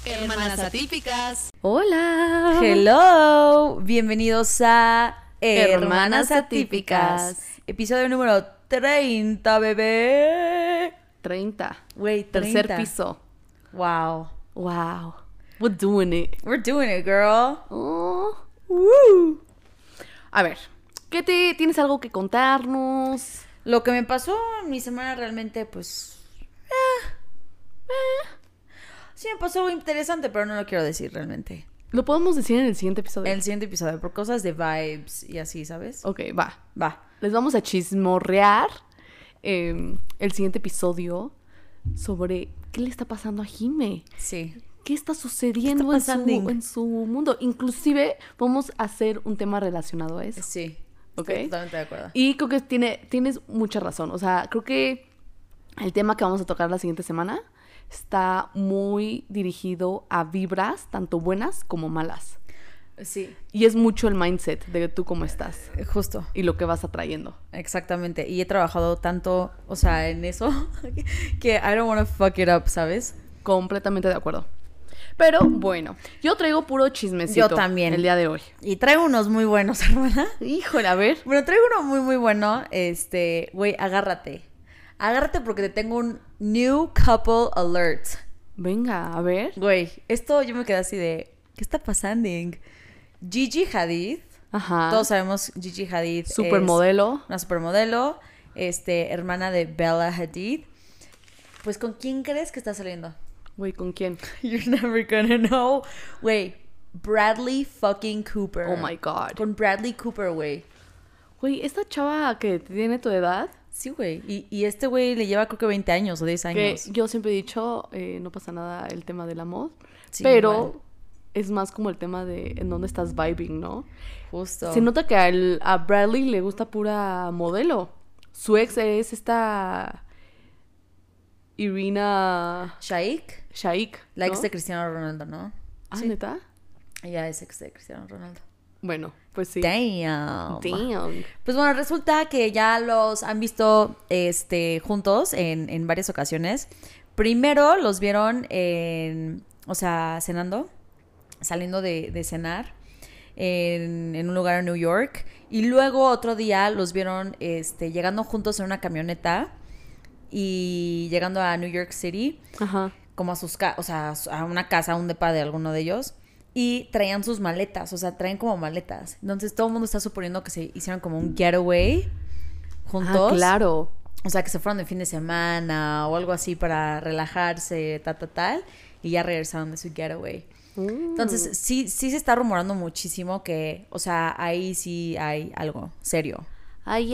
Hermanas Atípicas. Hola. Hello. Bienvenidos a Hermanas Atípicas. Episodio número 30, bebé. 30. Güey, 30. 30. piso. Wow. Wow. We're doing it. We're doing it, girl. Oh. Woo. A ver, ¿tienes algo que contarnos? Lo que me pasó en mi semana realmente, pues... Sí me pasó algo interesante, pero no lo quiero decir realmente. Lo podemos decir en el siguiente episodio. En el siguiente episodio, por cosas de vibes y así, ¿sabes? Ok, va. Va. Les vamos a chismorrear el siguiente episodio sobre qué le está pasando a Jime. Sí. ¿Qué está sucediendo en su mundo? Inclusive vamos a hacer un tema relacionado a eso. Sí. ¿Ok? Estoy totalmente de acuerdo. Y creo que tienes mucha razón. O sea, creo que el tema que vamos a tocar la siguiente semana está muy dirigido a vibras, tanto buenas como malas. Sí. Y es mucho el mindset de tú cómo estás Justo. y lo que vas atrayendo. Exactamente. Y he trabajado tanto, o sea, en eso, que I don't want to fuck it up, ¿sabes? Completamente de acuerdo. Pero bueno, yo traigo puro chismecito. Yo también. El día de hoy. Y traigo unos muy buenos, hermana. Híjole, a ver. Bueno, traigo uno muy, muy bueno. Güey, agárrate. Agárrate porque te tengo un new couple alert. Venga, a ver. Güey, esto yo me quedé así de... ¿Qué está pasando? Gigi Hadid. Ajá. Todos sabemos Gigi Hadid. Supermodelo. Es una supermodelo. Hermana de Bella Hadid. Pues, ¿con quién crees que está saliendo? Güey, ¿con quién? You're never gonna know. Güey, Bradley fucking Cooper. Oh my God. Con Bradley Cooper, güey. Güey, esta chava que tiene tu edad... Sí, güey. Y este güey le lleva creo que 20 años o 10 años. Que yo siempre he dicho, no pasa nada el tema del amor, Sí, pero igual. es más como el tema de en dónde estás vibing, ¿no? Justo. Se nota que a Bradley le gusta pura modelo. Su ex es esta Irina Shayk. ¿no? La ex de Cristiano Ronaldo, ¿no? Ah, Sí. ¿neta? Ella es ex de Cristiano Ronaldo. Bueno, pues sí. Damn. Damn. Pues bueno, resulta que ya los han visto juntos en varias ocasiones. Primero los vieron cenando, saliendo de cenar en un lugar en New York. Y luego otro día los vieron llegando juntos en una camioneta y llegando a New York City, Ajá. como a una casa, a un depa de alguno de ellos. Y traían sus maletas, o sea, traen como maletas. Entonces todo el mundo está suponiendo que se hicieron como un getaway juntos. Ah, claro. O sea, que se fueron de fin de semana o algo así para relajarse, tal. Y ya regresaron de su getaway. Entonces, sí se está rumorando muchísimo que, o sea, ahí sí hay algo serio. Ay,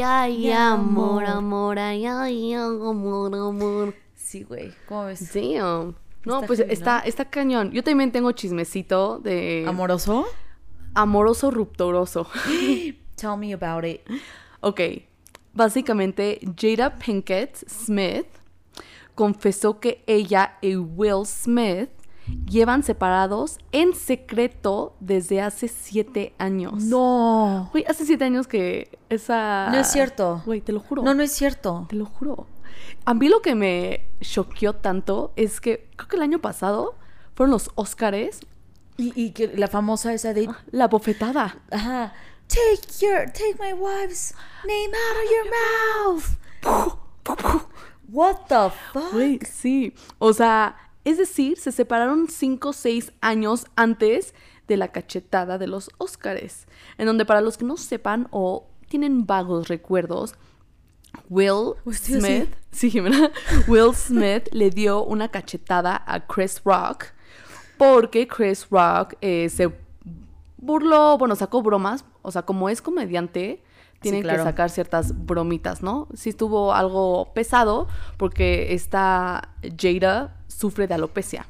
amor, ay, amor. Sí, güey. ¿Cmo ves? Damn. No, Está pues heavy, ¿no? está cañón. Yo también tengo chismecito de... ¿Amoroso? Amoroso rupturoso. Tell me about it. Ok, básicamente Jada Pinkett Smith confesó que ella y Will Smith llevan separados en secreto desde hace 7 años. No. Güey, hace 7 años que esa... No es cierto. Güey, te lo juro. No es cierto. Te lo juro. A mí lo que me choqueó tanto es que creo que el año pasado fueron los Óscares. Y que la famosa esa de... La bofetada. Ajá. Take my wife's name out of your mouth. What the fuck? Güey, sí. O sea, es decir, se separaron 5 o 6 años antes de la cachetada de los Óscares. En donde, para los que no sepan o tienen vagos recuerdos, Will Smith, sí, ¿verdad? Will Smith le dio una cachetada a Chris Rock porque Chris Rock se burló, bueno, sacó bromas, o sea, como es comediante, tienen claro. que sacar ciertas bromitas, ¿no? Sí estuvo algo pesado porque esta Jada sufre de alopecia.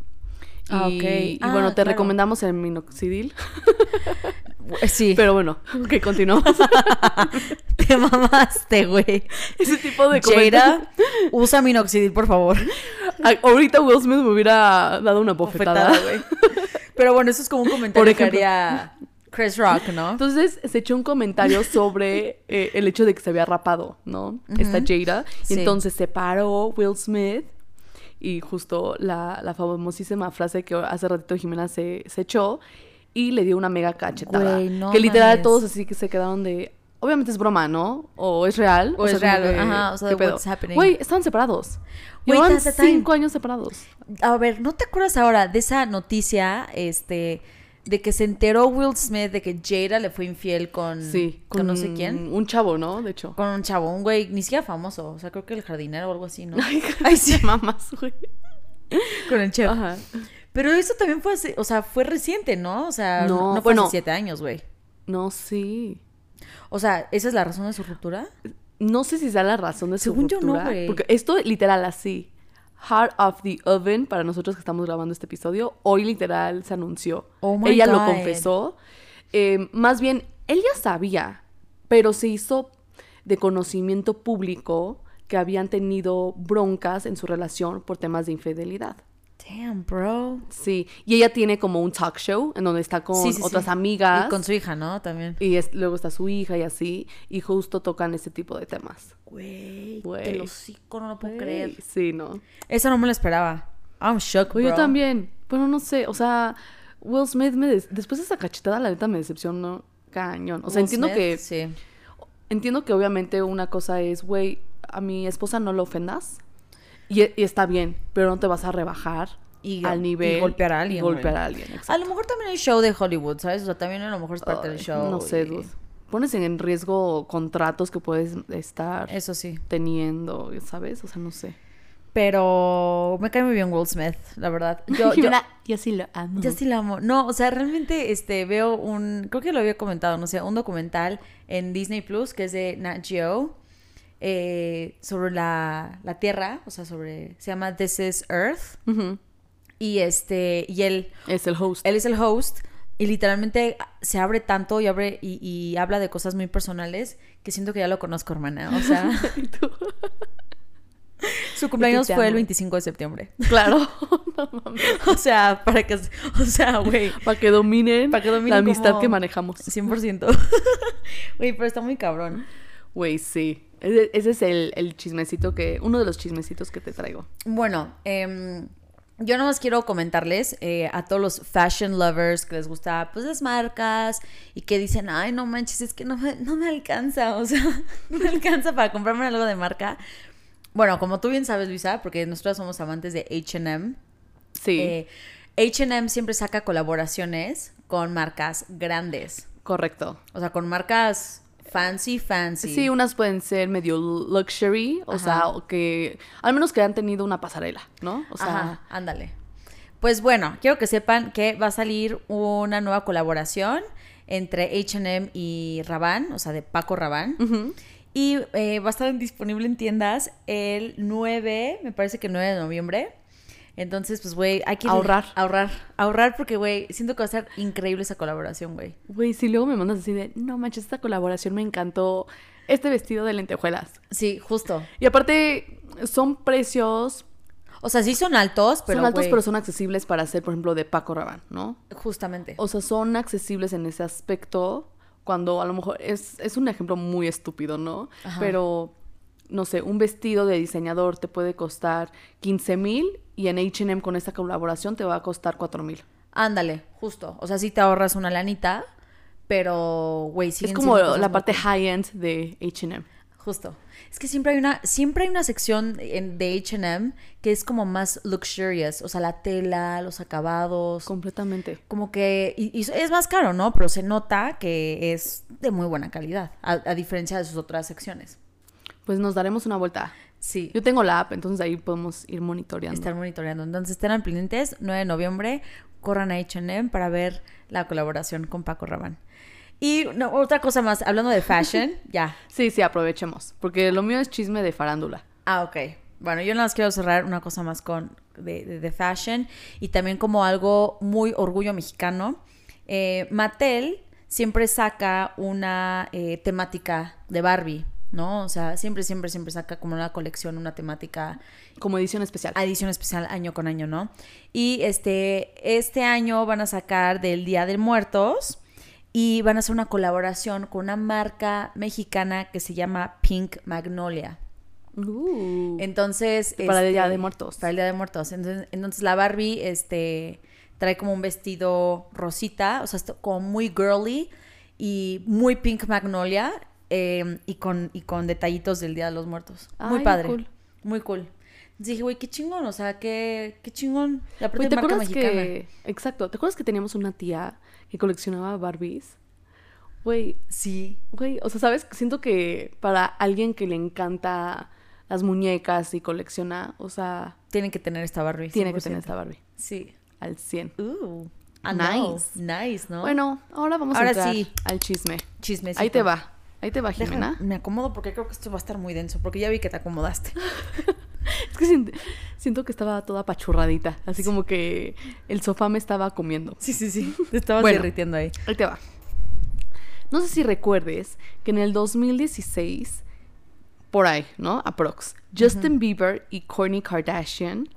Y bueno, te recomendamos el minoxidil. Sí. Pero bueno, ok, continuamos. Te mamaste, güey. Ese tipo de Jada, usa minoxidil, por favor. Ahorita Will Smith me hubiera dado una bofetada, güey. Pero bueno, eso es como un comentario que haría Chris Rock, ¿no? Entonces se echó un comentario sobre el hecho de que se había rapado, ¿no? Esta Jada. Y Sí. entonces se paró Will Smith y justo la famosísima frase que hace ratito Jimena se echó y le dio una mega cachetada. Güey, no que literal mames. todos así que se quedaron de... Obviamente es broma, ¿no? O es real. O es sea, como real, que, ajá, o sea, ¿qué pedo? what's happening? Güey, estaban separados. Güey, Llevaban that's the time. 5 años separados. A ver, ¿no te acuerdas ahora de esa noticia, de que se enteró Will Smith de que Jada le fue infiel con no sé quién? Un chavo, ¿no? De hecho. Con un chavo, un güey, ni siquiera famoso, o sea, creo que el jardinero o algo así, ¿no? Ay, sí. Mamás, güey. Con el chef. Ajá. Pero eso también fue, o sea, fue reciente, ¿no? O sea, No, no fue bueno. hace 7 años, güey. No, sí. O sea, ¿esa es la razón de su ruptura? No sé si sea la razón de su Según yo, no, ruptura. güey. Porque esto literal así. Heart of the Oven, para nosotros que estamos grabando este episodio, hoy literal se anunció. Oh my Ella lo God. confesó. Más bien, él ya sabía, pero se hizo de conocimiento público que habían tenido broncas en su relación por temas de infidelidad. Damn, bro. Sí, y ella tiene como un talk show en donde está con Sí, sí, otras sí. amigas. Y con su hija, ¿no? También. Y luego está su hija y así, y justo tocan ese tipo de temas. Güey, Güey. te lo hocico, no lo puedo creer. Sí, ¿no? Eso no me lo esperaba. I'm shocked, bro. Pues yo también, pero no sé, o sea, Will Smith después de esa cachetada, la neta me decepcionó cañón. O sea, Will Smith, sí. entiendo que obviamente una cosa es, güey, a mi esposa no lo ofendas, y está bien, pero no te vas a rebajar al nivel y golpear a alguien. y golpear güey. a alguien, exacto. A lo mejor también el show de Hollywood, ¿sabes? O sea, también a lo mejor es parte del Ay, show. no sé, dude. Pones en riesgo contratos que puedes estar Eso sí. teniendo, ¿sabes? O sea, no sé. Pero me cae muy bien Will Smith, la verdad. Yo sí lo amo. Yo sí la amo. No, o sea, realmente veo creo que lo había comentado, no sé, un documental en Disney Plus que es de Nat Geo sobre la Tierra, o sea, se llama This is Earth. Ujú. Y y él Es el host. es el host y literalmente se abre tanto y y habla de cosas muy personales que siento que ya lo conozco, hermana. O sea, ¿Y tú? su cumpleaños te fue el amo. 25 de septiembre. Claro. No mames. O sea, güey. Para que dominen Para que dominen la amistad como- que manejamos. 100%. Güey, pero está muy cabrón. Güey, sí. Ese es el chismecito uno de los chismecitos que te traigo. Bueno, yo nomás quiero comentarles a todos los fashion lovers que les gusta pues las marcas y que dicen, ay, no manches, es que no me alcanza, o sea, no me alcanza para comprarme algo de marca. Bueno, como tú bien sabes, Luisa, porque nosotros somos amantes de H&M, Sí, H&M siempre saca colaboraciones con marcas grandes, correcto. o sea, con marcas fancy. Sí, unas pueden ser medio luxury, o Ajá. sea, o que al menos que han tenido una pasarela, ¿no? O sea, Ajá, ándale. Pues bueno, quiero que sepan que va a salir una nueva colaboración entre H&M y Rabanne, o sea, de Paco Rabanne. ujú. Y va a estar disponible en tiendas el 9, me parece que el 9 de noviembre. Entonces, pues, güey, hay que ahorrar porque, güey, siento que va a estar increíble esa colaboración, güey. Güey, si luego me mandas así de, no manches, esta colaboración me encantó, este vestido de lentejuelas. Sí, justo. Y aparte, son precios, O sea, sí son altos, pero, son altos, güey, pero son accesibles para hacer, por ejemplo, de Paco Rabanne, ¿no? justamente. O sea, son accesibles en ese aspecto cuando a lo mejor es un ejemplo muy estúpido, ¿no? Ajá. Pero, no sé, un vestido de diseñador te puede costar 15,000 y en H&M con esta colaboración te va a costar 4,000. Ándale, justo. O sea, sí te ahorras una lanita, pero, güey, Es siguen como siendo cosas la muy parte cool. high-end de H&M. Justo. Es que siempre hay una sección de H&M que es como más luxurious, o sea, la tela, los acabados, Completamente. como que y es más caro, ¿no? Pero se nota que es de muy buena calidad, a diferencia de sus otras secciones. Pues nos daremos una vuelta. Sí. Yo tengo la app, entonces ahí podemos ir monitoreando. Estar monitoreando. Entonces, estén pendientes, 9 de noviembre, corran a H&M para ver la colaboración con Paco Rabanne. Y otra cosa más, hablando de fashion, ya. Sí, aprovechemos, porque lo mío es chisme de farándula. Ah, ok. Bueno, yo nada más quiero cerrar una cosa más de fashion y también como algo muy orgullo mexicano. Mattel siempre saca una temática de Barbie, ¿no? O sea, siempre saca como una colección, una temática, Como edición especial. edición especial año con año, ¿no? Y este año van a sacar del Día de Muertos y van a hacer una colaboración con una marca mexicana que se llama Pink Magnolia. Entonces... Para el Día de Muertos. Para el Día de Muertos. Entonces la Barbie, trae como un vestido rosita, o sea, como muy girly y muy pink magnolia, y con detallitos del Día de los Muertos. Muy padre. Cool. Muy cool. Dije, güey, qué chingón, o sea, qué chingón. La parte de marca mexicana. Exacto. ¿Te acuerdas que teníamos una tía que coleccionaba Barbies? Güey. Sí. Güey, o sea, ¿sabes? Siento que para alguien que le encanta las muñecas y colecciona, o sea... Tienen que tener esta Barbie. 100%. Tiene que tener esta Barbie. Sí. Al 100. Nice. Nice, ¿no? Bueno, ahora vamos a entrar al chisme. Chismecito. Ahí te va, Jimena. Me acomodo porque creo que esto va a estar muy denso, porque ya vi que te acomodaste. Es que siento que estaba toda apachurradita, así como que el sofá me estaba comiendo. Sí. Te estabas derritiendo ahí. Ahí te va. No sé si recuerdes que en el 2016, por ahí, ¿no? Aprox. Justin Bieber y Kourtney Kardashian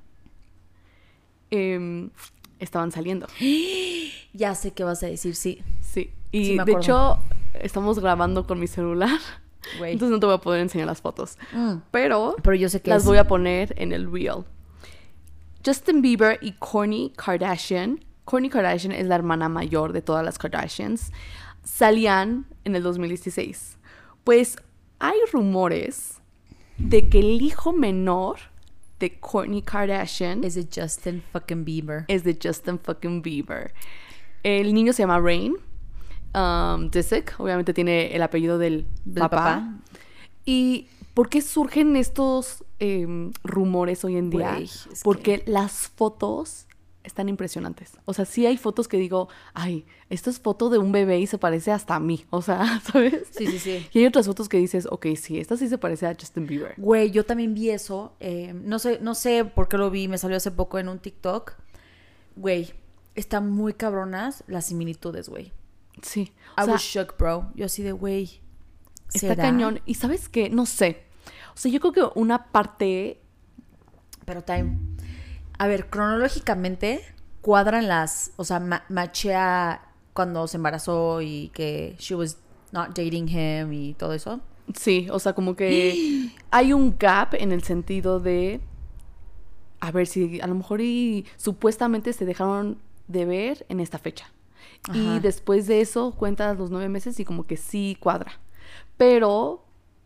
estaban saliendo. Ya sé qué vas a decir, sí. Sí. Y de hecho, estamos grabando con mi celular. Wey. Entonces no te voy a poder enseñar las fotos. Pero yo sé que las voy a poner en el reel. Justin Bieber y Kourtney Kardashian. Kourtney Kardashian es la hermana mayor de todas las Kardashians. Salían en el 2016. Pues hay rumores de que el hijo menor de Kourtney Kardashian es de Justin fucking Bieber. El niño se llama Rain Disick, obviamente tiene el apellido del papá. ¿Y por qué surgen estos rumores hoy en día? Porque las fotos están impresionantes. O sea, sí hay fotos que digo, ay, esta es foto de un bebé y se parece hasta a mí. O sea, ¿sabes? Sí. Y hay otras fotos que dices, ok, sí, esta sí se parece a Justin Bieber. Güey, yo también vi eso. No sé por qué lo vi. Me salió hace poco en un TikTok. Güey, están muy cabronas las similitudes, güey. Sí. I was shook, bro. Yo así de, güey, está cañón. Y ¿sabes qué? No sé. O sea, yo creo que una parte... Pero a ver, cronológicamente cuadran las... O sea, machea cuando se embarazó y que she was not dating him y todo eso. Sí, o sea, como que hay un gap en el sentido de... A ver, si a lo mejor supuestamente se dejaron de ver en esta fecha. Ajá. Y después de eso cuentas los 9 meses y como que sí cuadra. Pero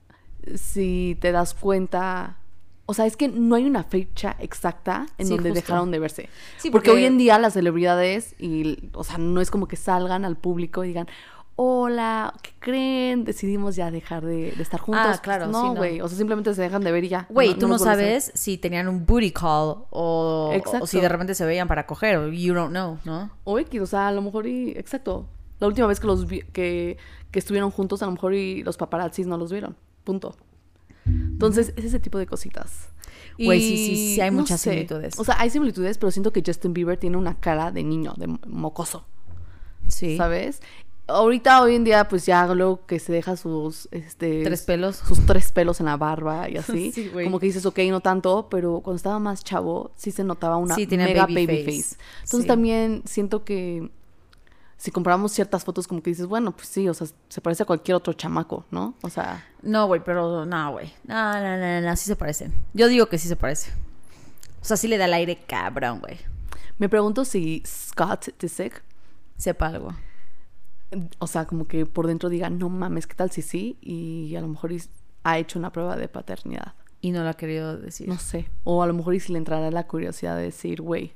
si te das cuenta... O sea, es que no hay una fecha exacta en donde justo dejaron de verse. Sí, porque hoy en día las celebridades, o sea, no es como que salgan al público y digan, hola, ¿qué creen? Decidimos ya dejar de estar juntos. Ah, claro. No, güey. O sea, simplemente se dejan de ver y ya. Güey, tú no sabes si tenían un booty call o si de repente se veían para coger. O you don't know, ¿no? O sea, a lo mejor exacto. La última vez que los que estuvieron juntos, a lo mejor los paparazzis no los vieron. Punto. Entonces, es ese tipo de cositas. Güey, sí, hay muchas similitudes. O sea, hay similitudes, pero siento que Justin Bieber tiene una cara de niño, de mocoso. Sí. ¿Sabes? Hoy en día, pues ya luego que se deja sus... 3 pelos. Sus 3 pelos en la barba y así. Sí, güey. Como que dices, ok, no tanto, pero cuando estaba más chavo, sí se notaba una mega baby face. Entonces también siento que... Si compramos ciertas fotos como que dices, bueno, pues sí, o sea, se parece a cualquier otro chamaco, ¿no? O sea... No, güey, pero no, güey. No, sí se parecen. Yo digo que sí se parece. O sea, sí le da el aire cabrón, güey. Me pregunto si Scott Disick sepa algo. O sea, como que por dentro diga, no mames, ¿qué tal si sí? Y a lo mejor ha hecho una prueba de paternidad. Y no lo ha querido decir. No sé. O a lo mejor si le entrará la curiosidad de decir, güey.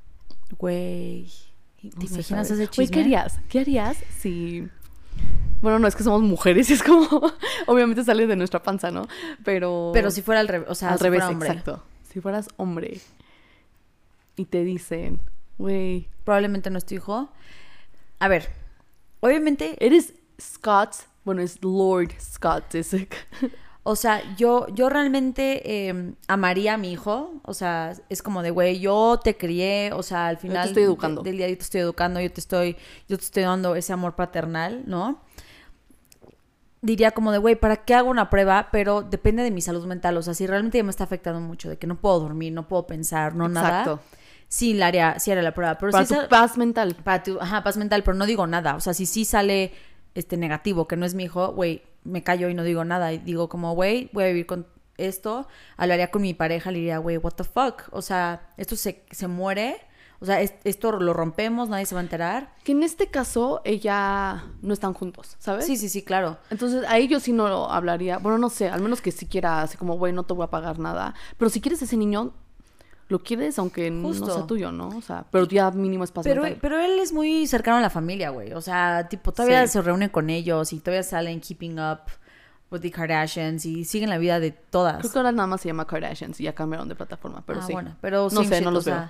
¿Te imaginas ese chisme? Güey, ¿qué harías si... Bueno, no, es que somos mujeres y es como... Obviamente sale de nuestra panza, ¿no? Pero si fuera al revés, o sea, al si revés, fuera hombre. Exacto. Si fueras hombre y te dicen, güey... Probablemente no es tu hijo. A ver, obviamente... Eres Scott... Bueno, es Lord Scott Disick. O sea, yo realmente amaría a mi hijo. O sea, es como de, güey, yo te crié. O sea, al final yo te estoy educando. Del día yo te estoy educando. Yo te estoy dando ese amor paternal, ¿no? Diría como de, güey, ¿para qué hago una prueba? Pero depende de mi salud mental. O sea, si realmente ya me está afectando mucho, de que no puedo dormir, no puedo pensar, no nada. Exacto. Sí haría la prueba. Pero para tu paz mental. Para tu paz mental, pero no digo nada. O sea, si sí sale negativo, que no es mi hijo, güey, me callo y no digo nada. Y digo como, güey, voy a vivir con esto, hablaría con mi pareja, le diría, güey, what the fuck, o sea, esto se muere, o sea, esto lo rompemos, nadie se va a enterar. Que en este caso, ella no están juntos, ¿sabes? Sí, claro. Entonces, a ellos sí no lo hablaría. Bueno, no sé, al menos que siquiera así como, güey, no te voy a pagar nada. Pero si quieres ese niño, lo quieres aunque Justo. no sea tuyo, ¿no? O sea, pero ya mínimo es paz mental. Pero él es muy cercano a la familia, güey. O sea, tipo, todavía se reúne con ellos y todavía salen keeping up with the Kardashians y siguen la vida de todas. Creo que ahora nada más se llama Kardashians y ya cambiaron de plataforma, pero sí. Bueno, pero no sé, no los veo.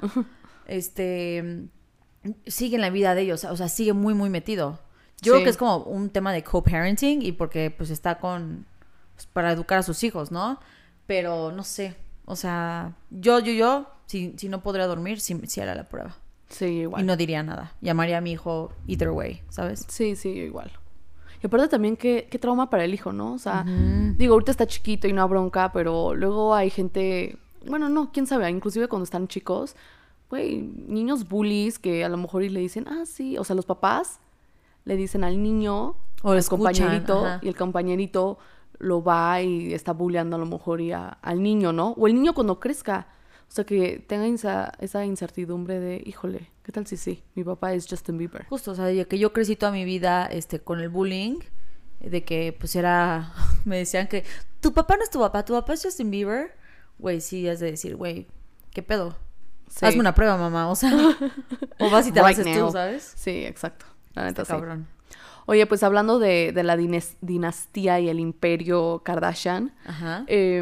Siguen la vida de ellos, o sea, sigue muy, muy metido. Yo creo que es como un tema de co-parenting y porque pues está con... Pues, para educar a sus hijos, ¿no? Pero no sé, o sea, yo, si no podría dormir, sí hará la prueba. Sí, igual. Y no diría nada. Llamaría a mi hijo either way, ¿sabes? Sí, igual. Y aparte también qué trauma para el hijo, ¿no? O sea, digo, ahorita está chiquito y no hay bronca, pero luego hay gente... Bueno, no, quién sabe, inclusive cuando están chicos, güey, niños bullies que a lo mejor y le dicen, sí, o sea, los papás le dicen al niño o al escuchan, compañerito, ajá. Y el compañerito lo va y está bulleando a lo mejor al niño, ¿no? O el niño cuando crezca. O sea, que tenga esa incertidumbre de, híjole, ¿qué tal si sí? Mi papá es Justin Bieber. Justo, o sea, de que yo crecí toda mi vida con el bullying, de que pues era, me decían que tu papá no es tu papá es Justin Bieber. Güey, sí, has de decir, güey, ¿qué pedo? Sí. Hazme una prueba, mamá, o sea, o vas y te haces tú, ¿sabes? Sí, exacto. La neta, está cabrón. Oye, pues hablando de la dinastía y el imperio Kardashian, ajá.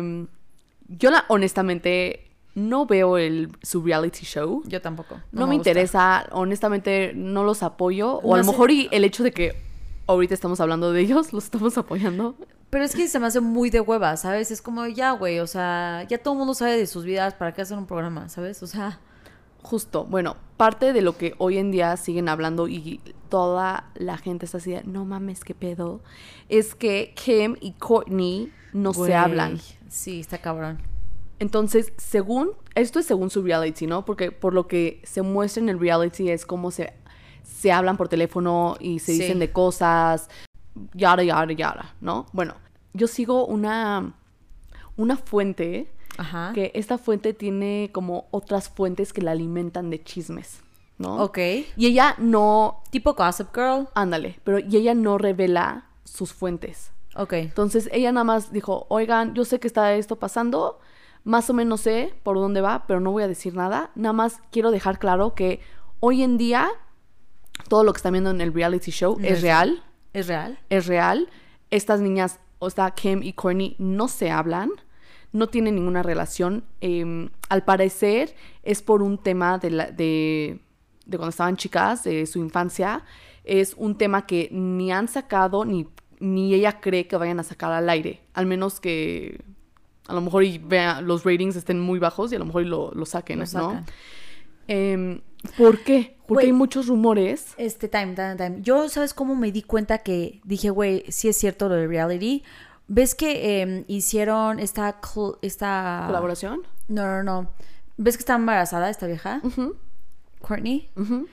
Yo honestamente no veo su reality show. Yo tampoco. No me interesa, honestamente no los apoyo. O a lo mejor y el hecho de que ahorita estamos hablando de ellos, los estamos apoyando. Pero es que se me hace muy de hueva, ¿sabes? Es como, ya, güey, o sea, ya todo el mundo sabe de sus vidas, ¿para qué hacer un programa, ¿sabes? O sea... Justo, bueno, parte de lo que hoy en día siguen hablando y toda la gente está así de, no mames, qué pedo, es que Kim y Kourtney no se hablan. Sí, está cabrón. Entonces, esto es según su reality, ¿no? Porque por lo que se muestra en el reality es cómo se hablan por teléfono y se dicen de cosas, yara, ¿no? Bueno, yo sigo una fuente... Ajá. Que esta fuente tiene como otras fuentes que la alimentan de chismes, ¿no? Ok. Y ella no... Tipo Gossip Girl. Ándale, pero y ella no revela sus fuentes. Ok. Entonces ella nada más dijo, oigan, yo sé que está esto pasando, más o menos sé por dónde va, pero no voy a decir nada. Nada más quiero dejar claro que hoy en día todo lo que están viendo en el reality show es real. ¿Es real? Es real. Estas niñas, o sea, Kim y Kourtney, no se hablan. No tienen ninguna relación. Al parecer es por un tema de cuando estaban chicas, de su infancia. Es un tema que ni han sacado ni ella cree que vayan a sacar al aire. Al menos que a lo mejor los ratings estén muy bajos y a lo mejor lo saquen, ¿no? ¿Por qué? Porque hay muchos rumores. Time. Yo, ¿sabes cómo me di cuenta que dije, güey, sí es cierto lo de reality? ¿Ves que hicieron esta ¿Colaboración? No. ¿Ves que está embarazada esta vieja? Uh-huh. Courtney. Uh-huh.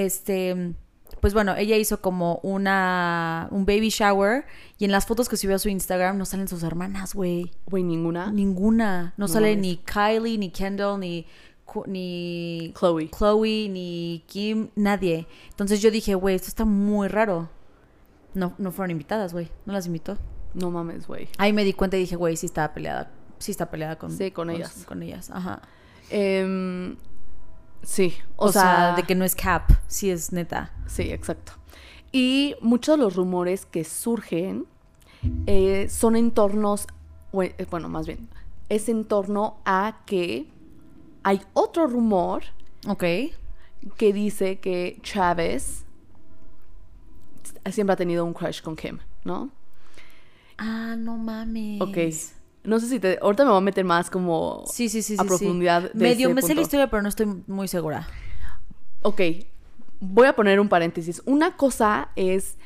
Pues bueno, ella hizo como un baby shower y en las fotos que subió a su Instagram no salen sus hermanas, güey. Güey, ¿ninguna? Ninguna. No sale ni Kylie, ni Kendall, ni Chloe, ni Kim, nadie. Entonces yo dije, güey, esto está muy raro. No fueron invitadas, güey. No las invitó. No mames, güey. Ahí me di cuenta y dije, güey, sí está peleada con... Sí, con ellas. Con ellas, ajá. Sí, o sea, de que no es cap, sí es neta. Sí, exacto. Y muchos de los rumores que surgen son en tornos, bueno, más bien, es en torno a que hay otro rumor que dice que Travis siempre ha tenido un crush con Kim, ¿no? Ah, no mames. Ok. No sé si ahorita me voy a meter más como a profundidad. Medio me sé la historia, pero no estoy muy segura. Ok. Voy a poner un paréntesis. Una cosa es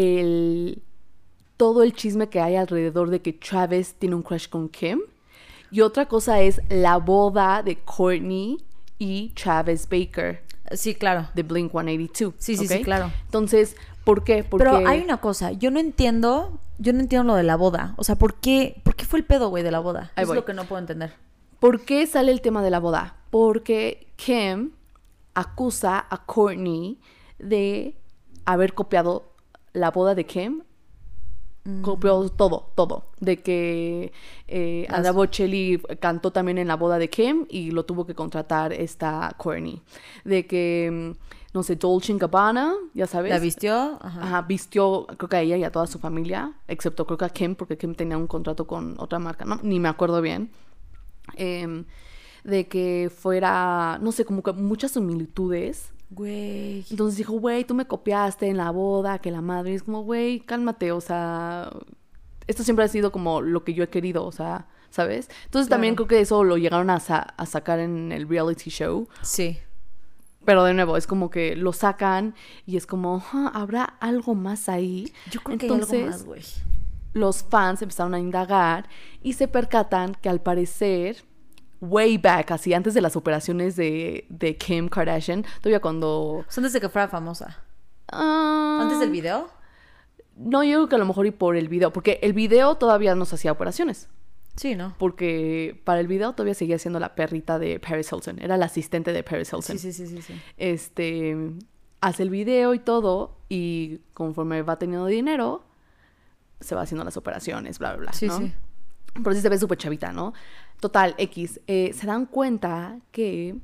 todo el chisme que hay alrededor de que Travis tiene un crush con Kim. Y otra cosa es la boda de Kourtney y Travis Baker. Sí, claro. De Blink-182. Sí, claro. Entonces, ¿Por qué? Porque... Pero hay una cosa, yo no entiendo lo de la boda. O sea, ¿por qué fue el pedo, güey, de la boda? Ahí Es voy. lo que no puedo entender. ¿Por qué sale el tema de la boda? Porque Kim acusa a Kourtney de haber copiado la boda de Kim. Copió todo. De que Andrea Bocelli cantó también en la boda de Kim y lo tuvo que contratar esta Kourtney. De que, no sé, Dolce & Gabbana, ya sabes. ¿La vistió? Ajá, vistió, creo que a ella y a toda su familia, excepto creo que a Kim, porque Kim tenía un contrato con otra marca, ¿no? Ni me acuerdo bien. De que fuera, no sé, como que muchas similitudes. Güey. Entonces dijo, güey, tú me copiaste en la boda, que la madre. Es como, güey, cálmate, o sea, esto siempre ha sido como lo que yo he querido, o sea, ¿sabes? Entonces también creo que eso lo llegaron a sacar en el reality show. Sí. Pero de nuevo, es como que lo sacan y es como, ¿habrá algo más ahí? Yo creo que entonces, hay algo más, güey. Los fans empezaron a indagar y se percatan que al parecer, way back, así antes de las operaciones de Kim Kardashian, todavía cuando... Son desde que fuera famosa. ah, ¿Antes del video? No, yo creo que a lo mejor y por el video, porque el video todavía no se hacía operaciones. Sí, ¿no? Porque para el video todavía seguía siendo la perrita de Paris Hilton. Era la asistente de Paris Hilton. Sí. Hace el video y todo, y conforme va teniendo dinero, se va haciendo las operaciones, bla, bla, bla, Sí, ¿no? sí. Pero sí se ve súper chavita, ¿no? Total, X. Se dan cuenta que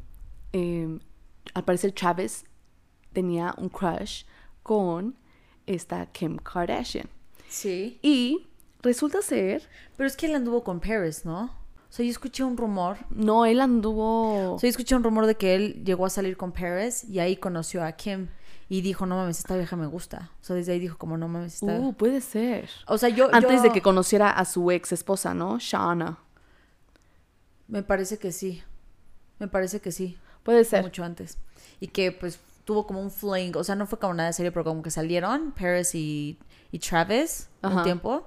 al parecer Travis tenía un crush con esta Kim Kardashian. Sí. Y resulta ser... Pero es que él anduvo con Paris, ¿no? O sea, yo escuché un rumor. No, él anduvo... O sea, yo escuché un rumor de que él llegó a salir con Paris y ahí conoció a Kim. Y dijo, no mames, esta vieja me gusta. O sea, desde ahí dijo como, no mames, esta... puede ser. O sea, yo... Antes de que conociera a su ex esposa, ¿no? Shauna. Me parece que sí. Puede ser. Mucho antes. Y que, pues, tuvo como un fling. O sea, no fue como nada serio, pero como que salieron Paris y Travis un tiempo.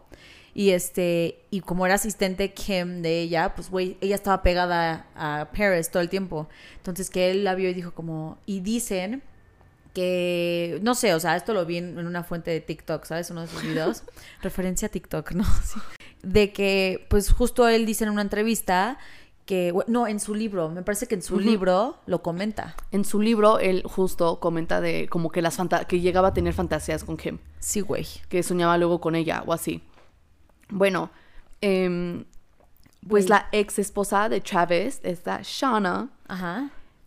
Y como era asistente Kim de ella, pues, güey, ella estaba pegada a Paris todo el tiempo. Entonces, que él la vio y dijo como... Y dicen... que, no sé, o sea, esto lo vi en una fuente de TikTok, ¿sabes? Uno de sus videos. Referencia a TikTok, ¿no? Sí. De que, pues, justo él dice en una entrevista que, no, en su libro, me parece que en su libro lo comenta. En su libro, él justo comenta de como que que llegaba a tener fantasías con Kim. Sí, güey. Que soñaba luego con ella o así. Bueno, pues Güey. la ex esposa de Travis, esta Shauna, Ajá.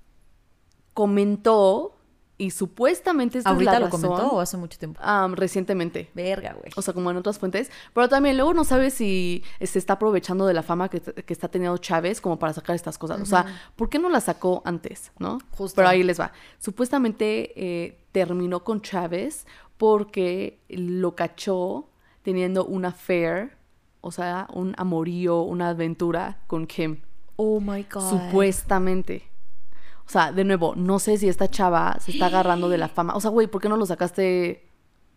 comentó... Y supuestamente esta ¿Ahorita es la lo razón, comentó o hace mucho tiempo? Recientemente. Verga, güey. O sea, como en otras fuentes. Pero también luego no sabes si se está aprovechando de la fama que está teniendo Chávez como para sacar estas cosas. O sea, ¿por qué no la sacó antes, no? Justo. Pero ahí les va. Supuestamente terminó con Chávez porque lo cachó teniendo un affair, o sea, un amorío, una aventura con Kim. Oh, my God. Supuestamente. O sea, de nuevo, no sé si esta chava se está agarrando de la fama. O sea, güey, ¿por qué no lo sacaste,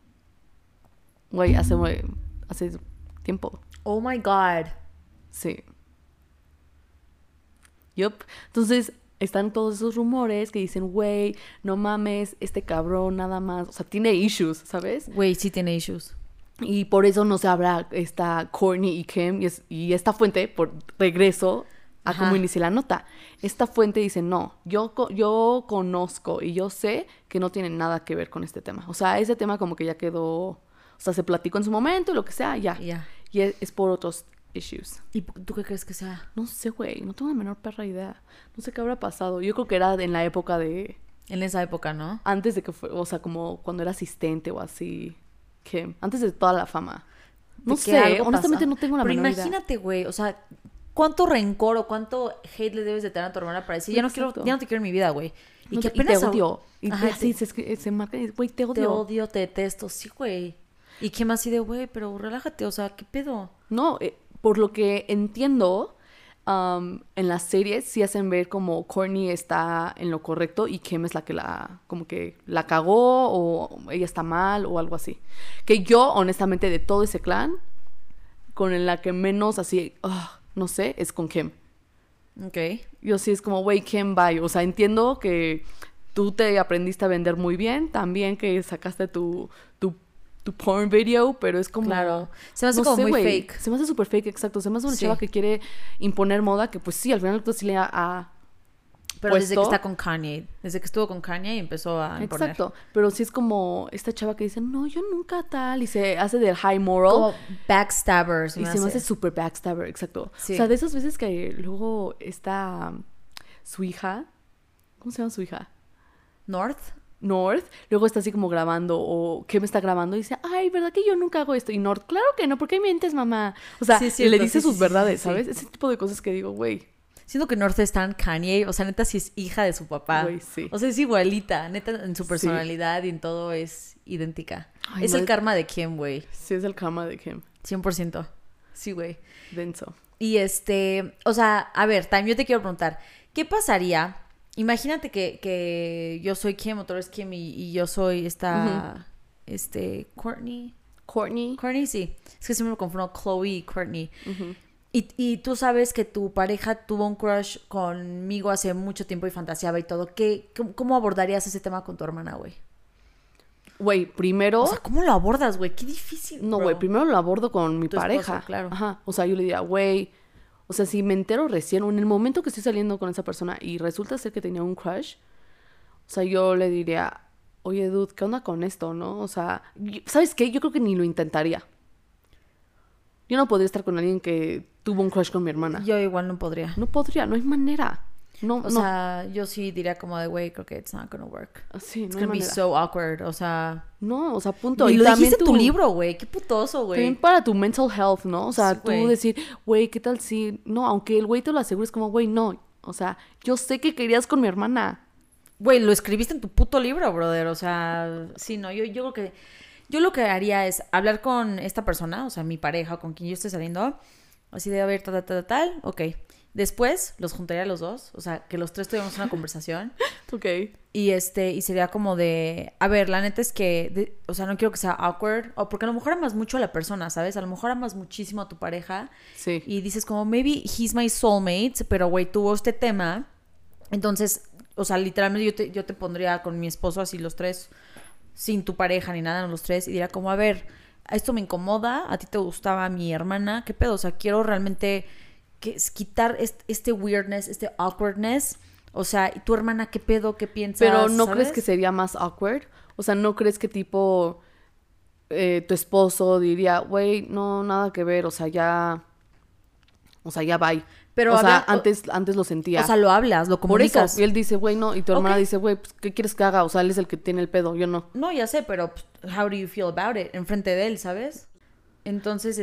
güey, hace tiempo? Oh, my God. Sí. Yup. Entonces, están todos esos rumores que dicen, güey, no mames, este cabrón nada más. O sea, tiene issues, ¿sabes? Güey, sí tiene issues. Y por eso no se habla esta Kourtney y Kim. Y esta fuente, por regreso a cómo inicié la nota. Esta fuente dice, no, yo conozco y yo sé que no tiene nada que ver con este tema. O sea, ese tema como que ya quedó, o sea, se platicó en su momento, lo que sea, ya. Y es por otros issues. ¿Y tú qué crees que sea? No sé, güey, no tengo la menor perra idea. No sé qué habrá pasado. Yo creo que era en la época de... En esa época, ¿no? Antes de que fue, o sea, como cuando era asistente o así. Que antes de toda la fama. No sé, honestamente no tengo la menor idea. Pero imagínate, güey, o sea... ¿Cuánto rencor o cuánto hate le debes de tener a tu hermana para decir, ya no te quiero en mi vida, güey? Y que apenas te odio. Y sí, se marca, güey, te odio. Te odio, te detesto, sí, güey. ¿Y qué más así de, güey, pero relájate, o sea, qué pedo? No, por lo que entiendo, en las series sí hacen ver como Kourtney está en lo correcto y Kim es la que como que la cagó o ella está mal o algo así. Que yo, honestamente, de todo ese clan, con la que menos así... no sé, es con Kim. Ok. Yo sí es como, güey, Kim, bye. O sea, entiendo que tú te aprendiste a vender muy bien, también que sacaste tu porn video, pero es como... Claro. Se me hace no como sé, muy güey, fake. Se me hace súper fake, exacto. Se me hace una Sí. chava que quiere imponer moda, que pues sí, al final tú sí le ha Pero desde que puesto. está con Kanye. Desde que estuvo con Kanye empezó a imponer. Exacto, pero sí es como esta chava que dice, no, yo nunca tal, y se hace del high moral. Como backstabber. Y se me hace súper backstabber, exacto. Sí. O sea, de esas veces que luego está su hija, ¿cómo se llama su hija? North, luego está así como grabando, o Kim está grabando y dice, ay, ¿verdad que yo nunca hago esto? Y North, claro que no, ¿por qué mientes, mamá? O sea, Sí, es y le cierto, dice sí, sus sí, verdades, sí. ¿sabes? Ese tipo de cosas que digo, güey. Siento que North es tan Kanye. O sea, neta sí es hija de su papá. Güey, sí. O sea, es igualita. Neta en su Sí. personalidad y en todo es idéntica. Ay, es no, el karma de Kim, güey. Sí, es el karma de Kim, 100%. Sí, güey. denso. Y o sea, a ver, Time, yo te quiero preguntar, ¿qué pasaría? Imagínate que yo soy Kim, o tú eres Kim, y yo soy Courtney. Courtney, sí. Es que siempre me confundo, Chloe y Courtney. Y tú sabes que tu pareja tuvo un crush conmigo hace mucho tiempo y fantaseaba y todo. ¿Cómo abordarías ese tema con tu hermana, güey? Güey, primero... O sea, ¿cómo lo abordas, güey? Qué difícil, No, bro. güey, primero lo abordo con mi Tu esposo, pareja. claro. Ajá. O sea, yo le diría, güey, o sea, si me entero recién, o en el momento que estoy saliendo con esa persona y resulta ser que tenía un crush, o sea, yo le diría, oye, dude, ¿qué onda con esto, no? O sea, ¿sabes qué? Yo creo que ni lo intentaría. Yo no podría estar con alguien que tuvo un crush con mi hermana. Yo igual no podría. No podría, no hay manera. No, O no. sea, yo sí diría como de, güey, creo que it's not gonna work. Sí, It's no hay gonna be manera. so awkward, o sea... No, o sea, punto. Y lo también dijiste en tu libro, güey. Qué putoso, También güey. para tu mental health, ¿no? O sea, Sí, tú güey. decir, güey, ¿qué tal si...? No, aunque el güey te lo asegures como, güey, no. O sea, yo sé que querías con mi hermana. Güey, lo escribiste en tu puto libro, brother. O sea, sí, no, yo creo que... Yo lo que haría es hablar con esta persona, o sea, mi pareja o con quien yo esté saliendo. Así de, a ver, tal, ok. Después los juntaría a los dos, o sea, que los tres tuviéramos una conversación. Ok. Y y sería como de, a ver, la neta es que, o sea, no quiero que sea awkward, o porque a lo mejor amas mucho a la persona, ¿sabes? A lo mejor amas muchísimo a tu pareja. Sí. Y dices como, maybe he's my soulmate, pero güey, tuvo este tema. Entonces, o sea, literalmente yo te pondría con mi esposo así los tres, sin tu pareja ni nada, los tres, y diría como, a ver, esto me incomoda, a ti te gustaba mi hermana, ¿qué pedo? O sea, quiero realmente quitar este weirdness, este awkwardness. O sea, ¿y tu hermana qué pedo? ¿Qué piensas? Pero ¿no ¿sabes? crees que sería más awkward? O sea, ¿no crees que tipo tu esposo diría, güey, no, nada que ver, o sea, ya bye? Pero o sea, habla- antes lo sentía. O sea, lo hablas, lo por eso, comunicas. y él dice, güey, no, y tu hermana Ok. dice, güey, pues, ¿qué quieres que haga? O sea, él es el que tiene el pedo, yo no. No, ya sé, pero pues, how do you feel about it? Enfrente de él, ¿sabes? Entonces,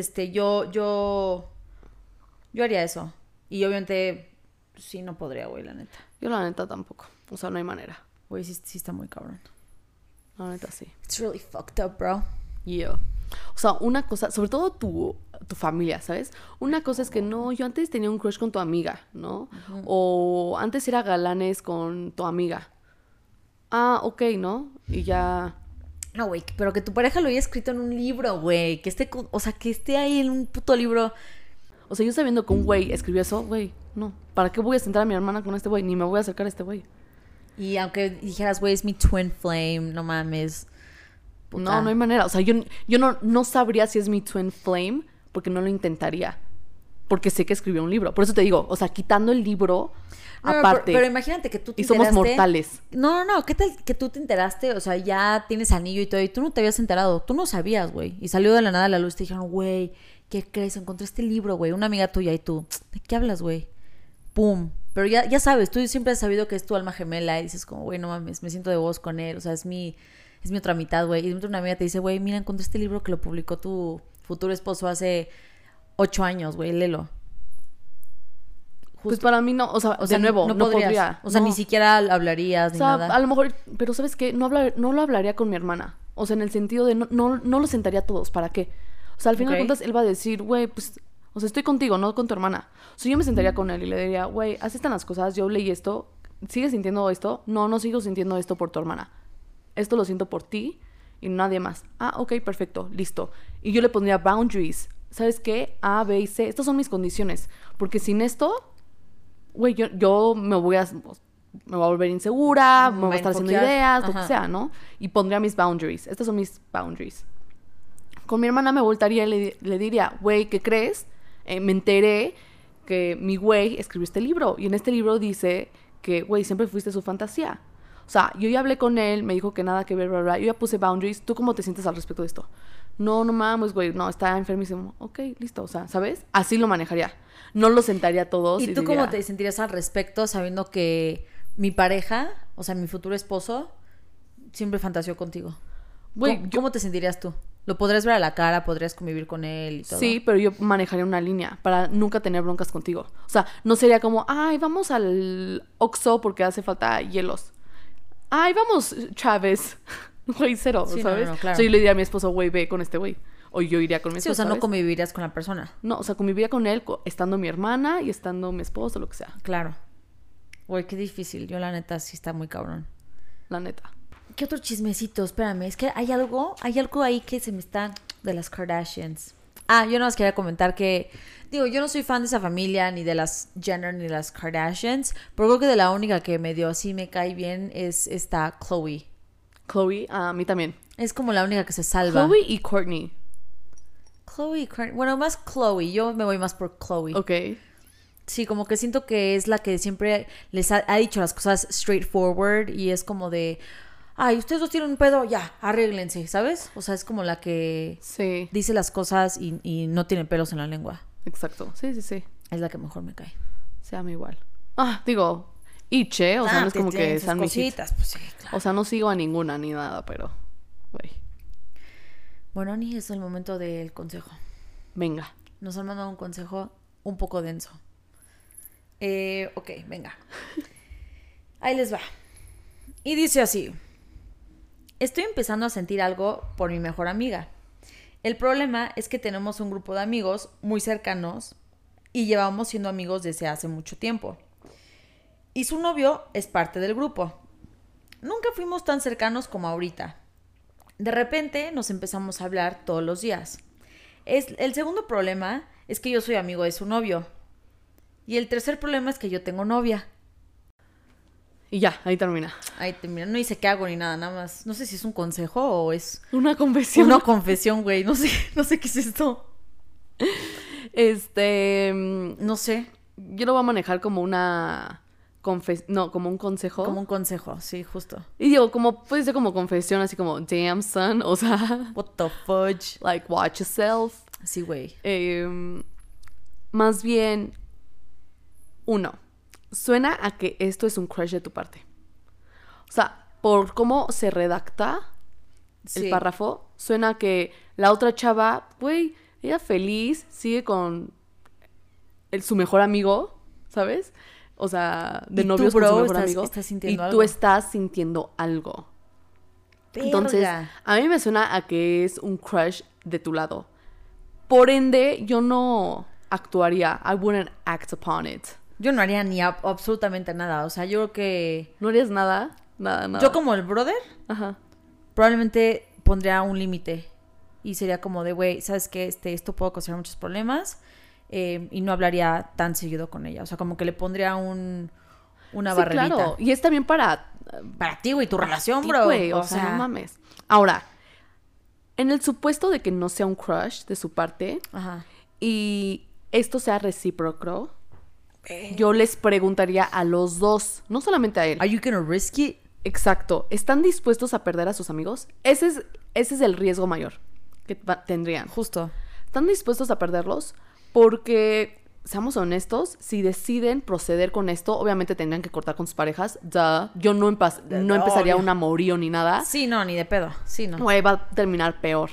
yo haría eso. Y obviamente, sí, no podría, güey, la neta. Yo la neta tampoco, o sea, no hay manera. Güey, sí está muy cabrón. La neta sí. It's really fucked up, bro. Yo. O sea, una cosa, sobre todo tu familia, ¿sabes? Una cosa es que no, yo antes tenía un crush con tu amiga, ¿no? O antes era galanes con tu amiga. Ah, ok, ¿no? Y ya... No, güey, pero que tu pareja lo haya escrito en un libro, güey. Que esté, o sea, que esté ahí en un puto libro. O sea, yo sabiendo que un güey escribió eso, güey, no. ¿Para qué voy a sentar a mi hermana con este güey? Ni me voy a acercar a este güey. Y aunque dijeras, güey, es mi twin flame, no mames. Puta. No hay manera. O sea, yo no sabría si es mi twin flame porque no lo intentaría. Porque sé que escribió un libro. Por eso te digo, o sea, quitando el libro, No, aparte. pero imagínate que tú te y somos enteraste. mortales. No, ¿qué tal que tú te enteraste? O sea, ya tienes anillo y todo, y tú no te habías enterado. Tú no sabías, güey. Y salió de la nada a la luz y te dijeron, güey, ¿qué crees? Encontré este libro, güey. Una amiga tuya y tú, ¿de qué hablas, güey? Pum. Pero ya sabes, tú siempre has sabido que es tu alma gemela y dices como, güey, no mames, me siento de voz con él. O sea, es mi otra mitad, güey. Y de repente una amiga te dice, güey, mira, encontré este libro que lo publicó tu futuro esposo hace 8 años, güey, léelo. Pues para mí no, o sea, de nuevo, no podrías. podría. O sea, no. ni siquiera hablarías O ni sea, nada. a lo mejor, pero ¿sabes qué? No lo hablaría con mi hermana. O sea, en el sentido de no lo sentaría a todos, ¿para qué? O sea, al final de Ok. cuentas, él va a decir, güey, pues, o sea, estoy contigo, no con tu hermana. O sea, yo me sentaría con él y le diría, güey, así están las cosas, yo leí esto, ¿sigues sintiendo esto? No sigo sintiendo esto por tu hermana. Esto lo siento por ti y nadie más. Ah, ok, perfecto, listo. Y yo le pondría boundaries. ¿Sabes qué? A, B y C. Estas son mis condiciones. Porque sin esto, güey, yo me voy a... me voy a volver insegura, me Me voy a estar haciendo enfoquear. ideas, lo que Ajá. sea, ¿no? Y pondría mis boundaries. Estas son mis boundaries. Con mi hermana me voltaría y le diría, güey, ¿qué crees? Me enteré que mi güey escribió este libro. Y en este libro dice que, güey, siempre fuiste su fantasía. O sea, yo ya hablé con él, me dijo que nada que ver, bla, bla. Yo ya puse boundaries. ¿Tú cómo te sientes al respecto de esto? No, no mames, güey. No, está enfermísimo. Ok, listo. O sea, ¿sabes? Así lo manejaría. No lo sentaría a todos. ¿Y tú diría, cómo te sentirías al respecto sabiendo que mi pareja, o sea, mi futuro esposo, siempre fantaseó contigo? Güey, ¿Cómo te sentirías tú? ¿Lo podrías ver a la cara? ¿Podrías convivir con él y todo? Sí, pero yo manejaría una línea para nunca tener broncas contigo. O sea, no sería como, ay, vamos al Oxxo porque hace falta hielos. Ay, vamos, Chávez. Güey, cero, Sí, ¿sabes? no, claro. O sea, yo le diría a mi esposo, güey, ve con este güey. O yo iría con mi Sí, esposo, o sea, no ¿sabes? convivirías con la persona. No, o sea, conviviría con él estando mi hermana y estando mi esposo, lo que sea. Claro. Güey, qué difícil. Yo, la neta, sí está muy cabrón. La neta. ¿Qué otro chismecito? Espérame, es que hay algo ahí que se me está de las Kardashians. Ah, yo nada más quería comentar que, digo, yo no soy fan de esa familia, ni de las Jenner, ni de las Kardashians, pero creo que de la única que medio así me cae bien es esta Khloe. Chloe, a mí también. Es como la única que se salva. Chloe y Courtney. Bueno, más Khloe, yo me voy más por Khloe. Ok. Sí, como que siento que es la que siempre les ha dicho las cosas straightforward y es como de, ay, ustedes dos tienen un pedo, ya, arréglense, ¿sabes? O sea, es como la que Sí, dice las cosas y no tiene pelos en la lengua. exacto. Sí, sí, sí. Es la que mejor me cae. Se llama igual. Ah, digo, Iche, o sea, no es como que sean mis hits. cositas, pues sí, claro. O sea, no sigo a ninguna ni nada, pero, güey, Bueno, Ani, es el momento del consejo. venga. Nos han mandado un consejo un poco denso. Ok, venga. Ahí les va. Y dice así. Estoy empezando a sentir algo por mi mejor amiga. El problema es que tenemos un grupo de amigos muy cercanos y llevamos siendo amigos desde hace mucho tiempo. Y su novio es parte del grupo. Nunca fuimos tan cercanos como ahorita. De repente nos empezamos a hablar todos los días. El segundo problema es que yo soy amigo de su novio. Y el tercer problema es que yo tengo novia. Y ya, ahí termina. Ay, mira, no dice qué hago ni nada, nada más. No sé si es un consejo o es Una confesión. una confesión, güey. No sé qué es esto. No sé. Yo lo voy a manejar como una no, como un consejo. Como un consejo, sí, justo. Y digo, como puede ser como confesión, así como, damn son, o sea, What the fudge. like, watch yourself. Sí, güey. Más bien, uno, suena a que esto es un crush de tu parte. O sea, por cómo se redacta el Sí. párrafo, suena a que la otra chava, güey, ella feliz, sigue con su mejor amigo, ¿sabes? O sea, de Y tú, novios con bro, su mejor estás- amigo. estás Y sintiendo tú algo. estás sintiendo algo. Entonces, Verga. a mí me suena a que es un crush de tu lado. Por ende, yo no actuaría. I wouldn't act upon it. Yo no haría ni absolutamente nada. O sea, yo creo que... ¿No harías nada? Nada, nada. Yo como el brother, Ajá. probablemente pondría un límite. Y sería como de, güey, ¿sabes qué? Esto puede causar muchos problemas. Y no hablaría tan seguido con ella. O sea, como que le pondría una Sí, barrerita. claro. Y es también para Para ti, güey, tu relación, ti, bro. güey, o sea, no mames. Ahora, en el supuesto de que no sea un crush de su parte Ajá. y esto sea recíproco, yo les preguntaría a los dos, no solamente a él. Are you gonna risk it? Exacto. ¿Están dispuestos a perder a sus amigos? Ese es el riesgo mayor que tendrían. Justo. ¿Están dispuestos a perderlos? Porque, seamos honestos, si deciden proceder con esto, obviamente tendrían que cortar con sus parejas. Duh. Yo no empezaría Obvio. un amorío ni nada. Sí, no, ni de pedo. Sí, no. Güey, va a terminar peor.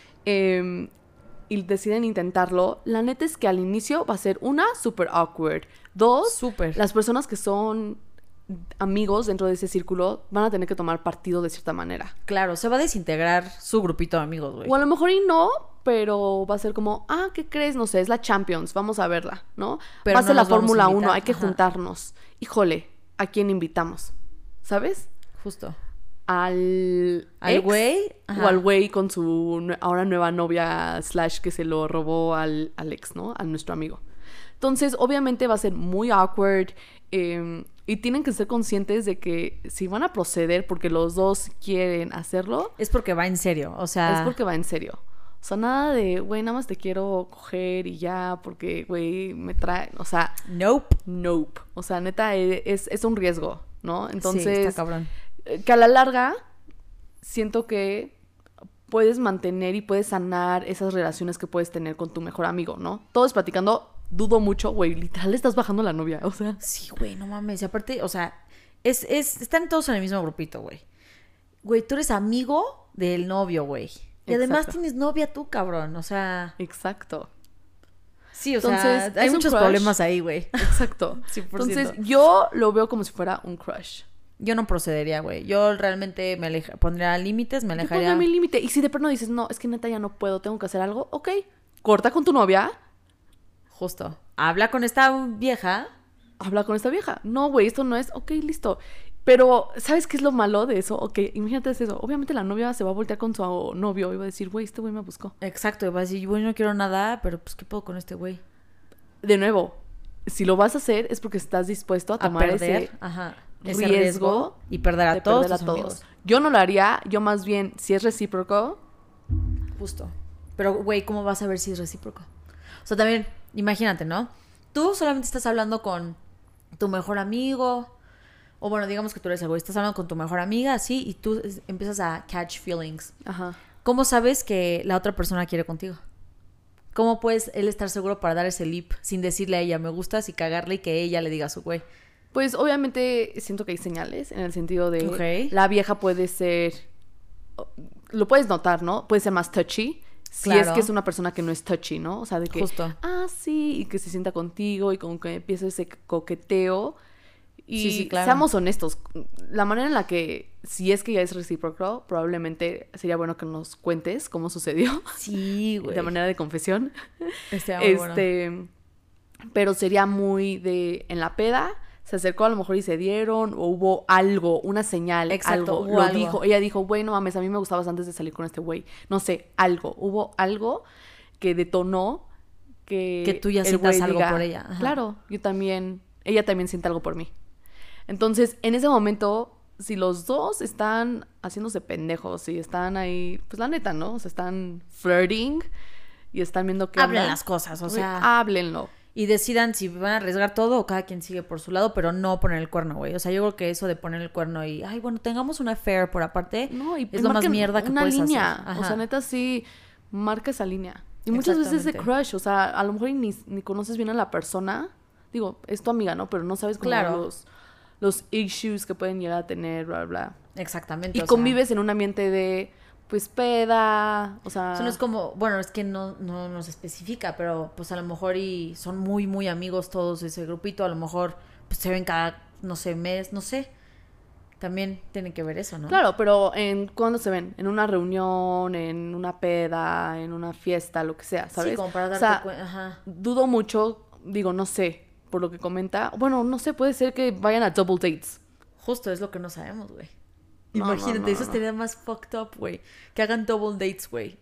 Y deciden intentarlo. La neta es que al inicio va a ser super awkward. Dos, Súper. las personas que son amigos dentro de ese círculo van a tener que tomar partido de cierta manera. Claro, se va a desintegrar su grupito de amigos, güey. O a lo mejor y no, pero va a ser como, ¿qué crees? No sé, es la Champions, vamos a verla, ¿no? Pero va a no ser la nos vamos a Fórmula 1, invitar, hay que ajá. juntarnos. Híjole, ¿a quién invitamos? ¿Sabes? Justo. Al ¿Al ex güey? o Ajá. al güey con su ahora nueva novia / que se lo robó al ex, ¿no? A nuestro amigo. Entonces, obviamente va a ser muy awkward. Y tienen que ser conscientes de que si van a proceder porque los dos quieren hacerlo, Es porque va en serio, o sea... es porque va en serio. O sea, nada de, güey, nada más te quiero coger y ya, porque, güey, me trae... O sea, Nope. nope. O sea, neta, es un riesgo, ¿no? Entonces, Sí, está cabrón. Que a la larga, siento que puedes mantener y puedes sanar esas relaciones que puedes tener con tu mejor amigo, ¿no? Todos platicando, dudo mucho, güey, literal le estás bajando la novia, o sea. Sí, güey, no mames. Y aparte, o sea, están todos en el mismo grupito, güey. Güey, tú eres amigo del novio, güey. Y además Exacto. tienes novia tú, cabrón. O sea, Exacto. sí, o Entonces, sea, hay es un muchos crush. problemas ahí, güey. Exacto. 100%. Entonces, yo lo veo como si fuera un crush. Yo no procedería, güey. Yo realmente pondría límites, me Yo alejaría. pondré mi límite. Y si de pronto dices, no, es que neta ya no puedo, tengo que hacer algo, ok, corta con tu novia, Justo. Habla con esta vieja. habla con esta vieja. No, güey, esto no es, ok, listo. Pero, ¿sabes qué es lo malo de eso? Ok, imagínate eso. Obviamente la novia se va a voltear con su novio y va a decir, güey, este güey me buscó. Exacto. Y va a decir, güey, no quiero nada, pero pues, ¿qué puedo con este güey? De nuevo, si lo vas a hacer es porque estás dispuesto a A tomar perder, ese ajá, ese riesgo y perder a de todos perder tus amigos. Yo no lo haría, yo más bien, si es recíproco, Justo. Pero, güey, ¿cómo vas a ver si es recíproco? O sea, también, imagínate, ¿no? Tú solamente estás hablando con tu mejor amigo, o bueno, digamos que tú eres el güey, estás hablando con tu mejor amiga, así, y tú empiezas a catch feelings. ajá. ¿Cómo sabes que la otra persona quiere contigo? ¿Cómo puedes él estar seguro para dar ese leap sin decirle a ella me gustas y cagarle y que ella le diga a su güey? Pues obviamente siento que hay señales en el sentido de Ok. la vieja puede ser, lo puedes notar, ¿no? Puede ser más touchy. Si Claro. es que es una persona que no es touchy, ¿no? O sea, de que, Justo. sí, y que se sienta contigo y como que empieza ese coqueteo. Y Sí, sí, claro. seamos honestos, la manera en la que, si es que ya es recíproco, probablemente sería bueno que nos cuentes cómo sucedió, Sí, güey. de manera de confesión. Muy bueno. Pero sería muy de, en la peda, se acercó a lo mejor y se dieron, o hubo algo, una señal, Exacto, algo, hubo lo algo. dijo, ella dijo, güey, no mames, a mí me gustabas antes de salir con este güey, no sé, hubo algo que detonó que tú ya el sientas güey algo diga, por ella. Ajá. claro, ella también siente algo por mí. Entonces, en ese momento, si los dos están haciéndose pendejos y están ahí, pues la neta, ¿no? O sea, están flirting y están viendo que Hablen las cosas, o sea. háblenlo. Y decidan si van a arriesgar todo o cada quien sigue por su lado, pero no poner el cuerno, güey. O sea, yo creo que eso de poner el cuerno y, ay, bueno, tengamos una affair por aparte, No, y es lo más marquen mierda que una puedes línea. hacer. O sea, Ajá. neta, sí, marca esa línea. Y muchas veces de Exactamente. crush, o sea, a lo mejor ni conoces bien a la persona. Digo, es tu amiga, ¿no? Pero no sabes cómo Claro. los issues que pueden llegar a tener, bla, bla. Exactamente. Y o sea, convives en un ambiente de, pues, peda, o sea... eso no es como, bueno, es que no nos especifica, pero pues a lo mejor y son muy, muy amigos todos ese grupito, a lo mejor pues se ven cada, no sé, mes, no sé. También tiene que ver eso, ¿no? Claro, pero ¿cuándo se ven? En una reunión, en una peda, en una fiesta, lo que sea, ¿sabes? Sí, como para O darte sea, cuenta. Ajá. dudo mucho, digo, no sé, por lo que comenta. Bueno, no sé, puede ser que vayan a double dates. Justo es lo que no sabemos, güey. No, Imagínate, no, eso no. estaría más fucked up, güey. Que hagan double dates, güey.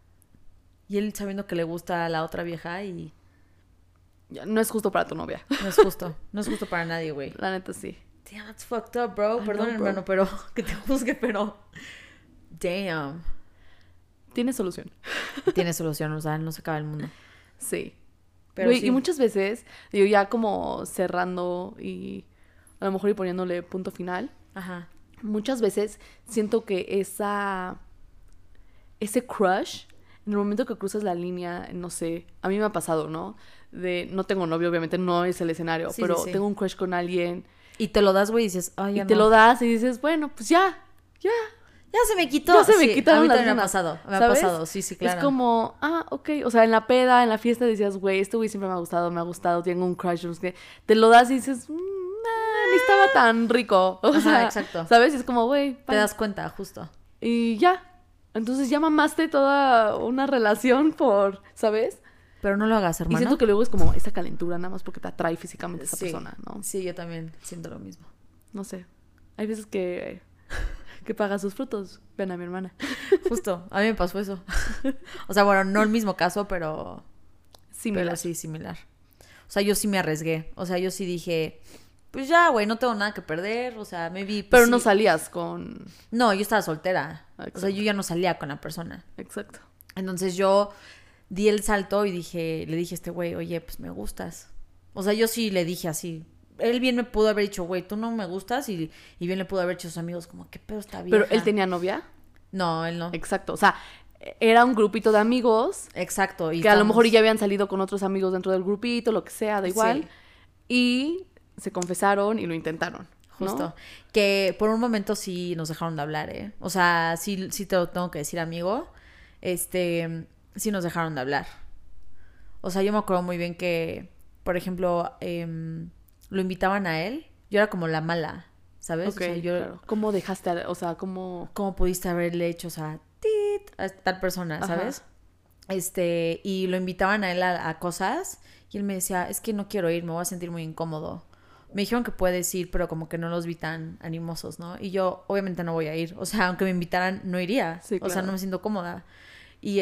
Y él sabiendo que le gusta a la otra vieja y Ya, no es justo para tu novia. no es justo. No es justo para nadie, güey. La neta, sí. Damn, that's fucked up, bro. I Perdón, know, bro. hermano, pero que te juzgue, pero damn. Tiene solución. Tiene solución, o sea, no se acaba el mundo. Sí. Pero Güey, sí. y muchas veces, digo, ya como cerrando y a lo mejor y poniéndole punto final, Ajá. muchas veces siento que ese crush, en el momento que cruzas la línea, no sé, a mí me ha pasado, ¿no? No tengo novio, obviamente no es el escenario, Sí, pero sí, sí. tengo un crush con alguien Y te lo das, güey, y dices, ay, y ya te no. lo das y dices, bueno, pues ya. Ya se me quitó. Ya se me Sí, quitaron a mí las también me ha ganas, pasado. Me ha ¿sabes? pasado, sí, sí, claro. Es como, ok. O sea, en la peda, en la fiesta decías, güey, este güey siempre me ha gustado, tengo un crush, no sé qué. Te lo das y dices, ni estaba tan rico. O Ajá, sea, exacto. ¿sabes? Y es como, güey, Te bye. das cuenta, justo. Y ya. Entonces ya mamaste toda una relación ¿sabes? Pero no lo hagas, Y hermano. siento que luego es como esa calentura nada más porque te atrae físicamente esa Sí, persona, ¿no? Sí, yo también siento lo mismo. No sé. Hay veces que paga sus frutos. Ven a mi hermana. Justo, a mí me pasó eso. O sea, bueno, no el mismo caso, pero Similar. sí, similar. O sea, yo sí me arriesgué. O sea, yo sí dije, pues ya, güey, no tengo nada que perder. O sea, maybe... Pues, Pero sí. no salías con... No, yo estaba soltera. Exacto. O sea, yo ya no salía con la persona. Exacto. Entonces yo di el salto y le dije a este güey, oye, pues me gustas. O sea, yo sí le dije así. Él bien me pudo haber dicho, güey, tú no me gustas. Y bien le pudo haber dicho a sus amigos, como, ¿qué pedo está vieja? Pero él tenía novia. No, él no. Exacto. O sea, era un grupito de amigos Exacto. Y que a lo estábamos- mejor ya habían salido con otros amigos dentro del grupito, lo que sea, da igual. Sí. Y se confesaron y lo intentaron. ¿no? Justo. Que por un momento sí nos dejaron de hablar, ¿eh? O sea, sí te lo tengo que decir, amigo. Sí nos dejaron de hablar. O sea, yo me acuerdo muy bien que, por ejemplo, lo invitaban a él. Yo era como la mala, ¿sabes? Ok, O sea, yo... claro. ¿Cómo dejaste, o sea, cómo... ¿Cómo pudiste haberle hecho, o sea, tit a tal persona, Ajá. ¿sabes? Y lo invitaban a él a cosas y él me decía, es que no quiero ir, me voy a sentir muy incómodo. Me dijeron que puedes ir, pero como que no los vi tan animosos, ¿no? Y yo, obviamente, no voy a ir. O sea, aunque me invitaran, no iría. Sí, O sea, claro. no me siento cómoda. Y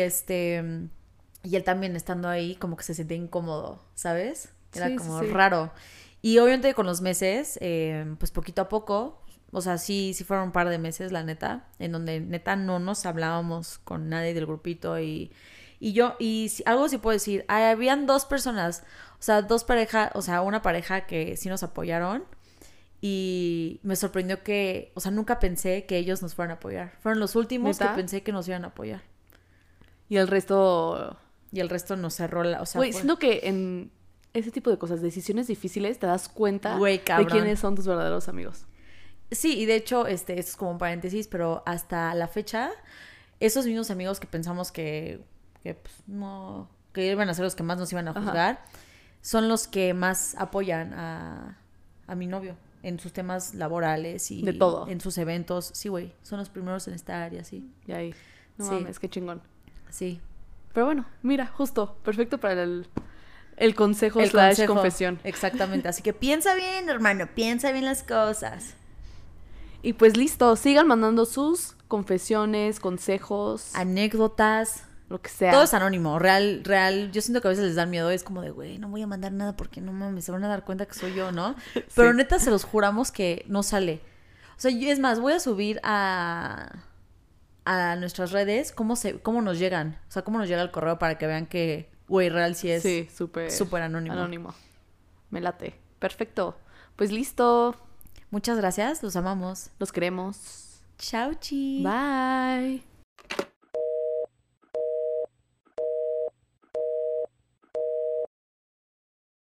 y él también estando ahí, como que se sentía incómodo, ¿sabes? Era Sí, como sí. raro. Y obviamente con los meses, pues poquito a poco, o sea, sí fueron un par de meses, la neta, en donde neta no nos hablábamos con nadie del grupito algo sí puedo decir, habían dos personas, o sea, dos parejas, o sea, una pareja que sí nos apoyaron y me sorprendió que, o sea, nunca pensé que ellos nos fueran a apoyar. Fueron los últimos ¿Neta? que pensé que nos iban a apoyar. Y el resto... Y el resto nos cerró o sea, Güey, fue- siento que en ese tipo de cosas, decisiones difíciles, te das cuenta Güey, de cabrón. quiénes son tus verdaderos amigos. Sí, y de hecho, esto es como un paréntesis, pero hasta la fecha, esos mismos amigos que pensamos que pues, no, que iban a ser los que más nos iban a Ajá. juzgar, son los que más apoyan a mi novio en sus temas laborales y De todo. en sus eventos. Sí, güey, son los primeros en estar y así. Y ahí, no Sí. mames, qué chingón. Sí. Pero bueno, mira, justo, perfecto para el consejo El / consejo. confesión. Exactamente. Así que piensa bien, hermano, piensa bien las cosas. Y pues listo, sigan mandando sus confesiones, consejos, Anécdotas. lo que sea. Todo es anónimo, real. Yo siento que a veces les dan miedo. Es como de, güey, no voy a mandar nada porque no mames, se van a dar cuenta que soy yo, ¿no? Pero Sí. neta, se los juramos que no sale. O sea, es más, voy a subir a nuestras redes cómo nos llegan. O sea, cómo nos llega el correo para que vean que, güey, real sí es Sí, súper súper anónimo. anónimo. Me late. Perfecto. Pues listo. Muchas gracias, los amamos. Los queremos. Chao, chi. Bye.